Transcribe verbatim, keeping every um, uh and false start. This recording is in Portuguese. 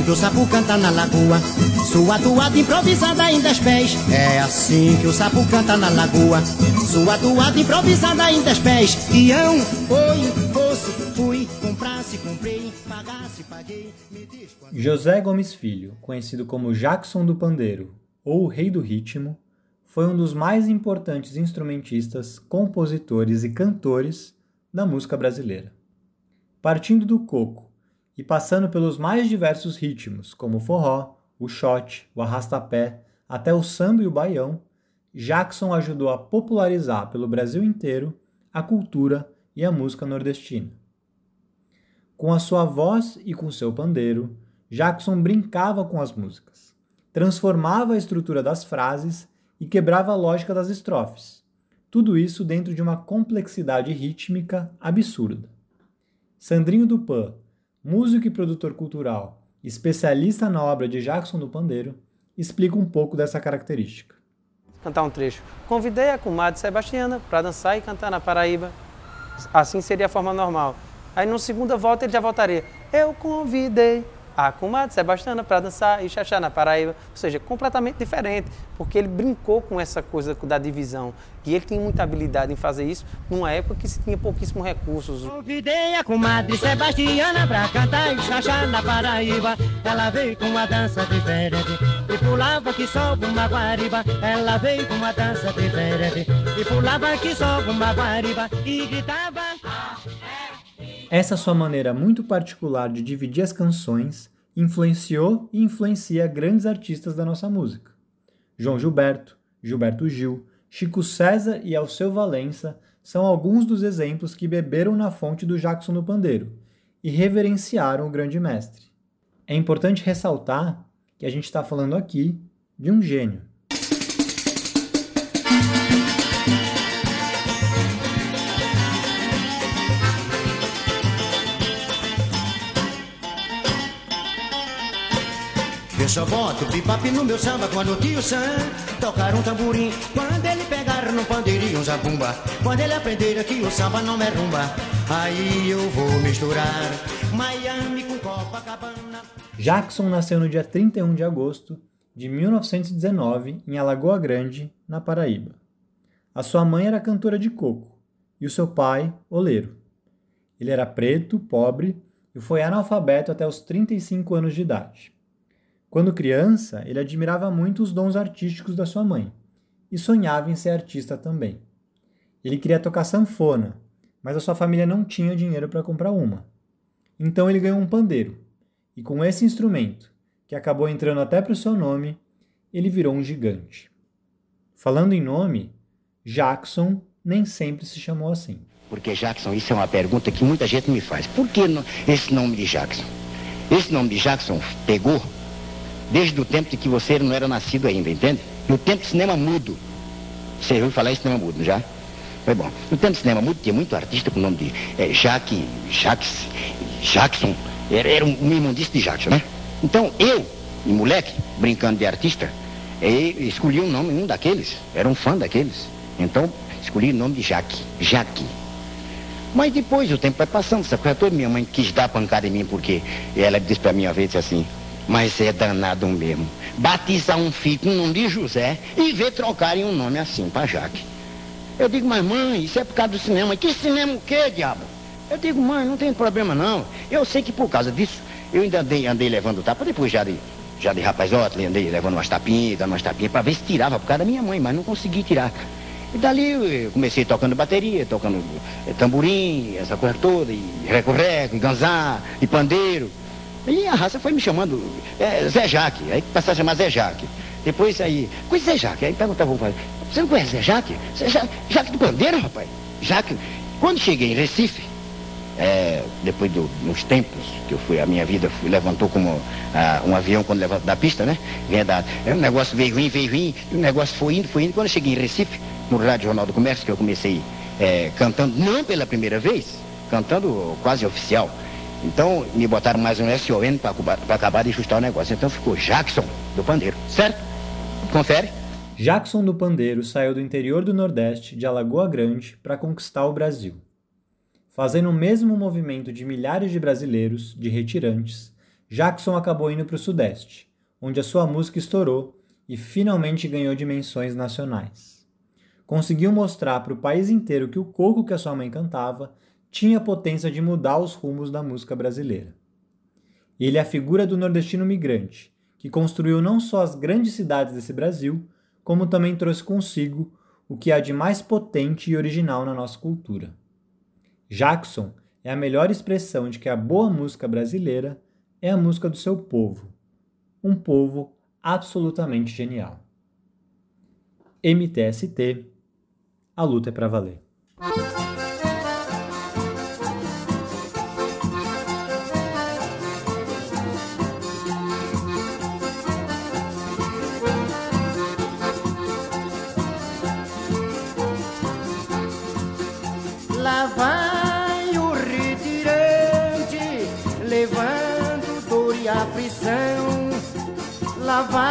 assim que o sapo canta na lagoa. Sua toada improvisada em dez pés. É assim que o sapo canta na lagoa. Sua toada improvisada em dez pés. Ião, foi, fosse, fui, comprasse, comprei, pagasse, paguei, me diz quando... José Gomes Filho, conhecido como Jackson do Pandeiro, ou o Rei do Ritmo, foi um dos mais importantes instrumentistas, compositores e cantores da música brasileira. Partindo do coco e passando pelos mais diversos ritmos, como o forró, o shot, o arrastapé, até o samba e o baião, Jackson ajudou a popularizar pelo Brasil inteiro a cultura e a música nordestina. Com a sua voz e com seu pandeiro, Jackson brincava com as músicas, transformava a estrutura das frases e quebrava a lógica das estrofes. Tudo isso dentro de uma complexidade rítmica absurda. Sandrinho Dupan, músico e produtor cultural, especialista na obra de Jackson do Pandeiro, explica um pouco dessa característica. Cantar um trecho. Convidei a comadre Sebastiana para dançar e cantar na Paraíba. Assim seria a forma normal. Aí, na segunda volta, ele já voltaria. Eu convidei a comadre Sebastiana para dançar e chachá na Paraíba. Ou seja, completamente diferente, porque ele brincou com essa coisa da divisão. E ele tem muita habilidade em fazer isso numa época que se tinha pouquíssimos recursos. Convidei a comadre Sebastiana pra cantar e chachá na Paraíba. Ela veio com uma dança diferente e pulava que só uma guariba. Ela veio com uma dança diferente e pulava que só uma guariba e gritava... Essa sua maneira muito particular de dividir as canções influenciou e influencia grandes artistas da nossa música. João Gilberto, Gilberto Gil, Chico César e Alceu Valença são alguns dos exemplos que beberam na fonte do Jackson do Pandeiro e reverenciaram o grande mestre. É importante ressaltar que a gente está falando aqui de um gênio. Eu só boto bebop no meu samba quando o tio Sam tocar um tamborim. Quando ele pegar no pandeirinho um zabumba. Quando ele aprender aqui o samba não é rumba. Aí eu vou misturar Miami com Copacabana. Jackson nasceu no dia trinta e um de agosto de mil novecentos e dezenove em Alagoa Grande, na Paraíba. A sua mãe era cantora de coco e o seu pai, oleiro. Ele era preto, pobre e foi analfabeto até os trinta e cinco anos de idade. Quando criança, ele admirava muito os dons artísticos da sua mãe e sonhava em ser artista também. Ele queria tocar sanfona, mas a sua família não tinha dinheiro para comprar uma. Então ele ganhou um pandeiro, e com esse instrumento, que acabou entrando até para o seu nome, ele virou um gigante. Falando em nome, Jackson nem sempre se chamou assim. Porque Jackson, isso é uma pergunta que muita gente me faz. Por que esse nome de Jackson? Esse nome de Jackson pegou desde o tempo de que você não era nascido ainda, entende? No tempo do cinema mudo. Você ouviu falar em cinema mudo, já? Foi bom. No tempo do cinema mudo tinha muito artista com o nome de é, Jack, Jacques, Jackson. Era, era um, um imundice de Jackson, né? Então eu, de moleque, brincando de artista, escolhi um nome, um daqueles. Era um fã daqueles. Então escolhi o nome de Jaque, Jaque. Mas depois o tempo vai passando, essa coisa toda, minha mãe quis dar pancada em mim porque ela disse pra mim uma vez assim: mas é danado mesmo batizar um filho com o nome de José e ver trocarem um nome assim pra Jaque. Eu digo: mas mãe, isso é por causa do cinema. Que cinema o quê, diabo? Eu digo: mãe, não tem problema não. Eu sei que por causa disso eu ainda andei, andei levando tapa, depois já de, já de rapazote, andei levando umas tapinhas, dando umas tapinhas pra ver se tirava por causa da minha mãe, mas não consegui tirar. E dali eu comecei tocando bateria, tocando é, tamborim, essa coisa toda, e reco-reco, e ganzá, e pandeiro. E a raça foi me chamando é, Zé Jaque, aí passaram a chamar Zé Jaque. Depois aí, conhece Zé Jaque? Aí perguntava, você não conhece Zé Jaque? Zé Jaque, Jaque do Pandeiro, rapaz? Jaque. Quando cheguei em Recife, é, depois de uns tempos que eu fui, a minha vida fui, levantou como ah, um avião quando levanta da pista, né? Vinha da, é, o negócio veio ruim, veio ruim, e o negócio foi indo, foi indo. Quando eu cheguei em Recife, no Rádio Jornal do Comércio, que eu comecei é, cantando, não pela primeira vez, cantando quase oficial. Então, me botaram mais um S O N para acabar de ajustar o negócio. Então ficou Jackson do Pandeiro, certo? Confere. Jackson do Pandeiro saiu do interior do Nordeste, de Alagoa Grande, para conquistar o Brasil. Fazendo o mesmo movimento de milhares de brasileiros, de retirantes, Jackson acabou indo para o Sudeste, onde a sua música estourou e finalmente ganhou dimensões nacionais. Conseguiu mostrar para o país inteiro que o coco que a sua mãe cantava tinha a potência de mudar os rumos da música brasileira. Ele é a figura do nordestino migrante, que construiu não só as grandes cidades desse Brasil, como também trouxe consigo o que há de mais potente e original na nossa cultura. Jackson é a melhor expressão de que a boa música brasileira é a música do seu povo, um povo absolutamente genial. M T S T, a luta é pra valer. Lá vai o retirante, levando dor e aflição. Lá vai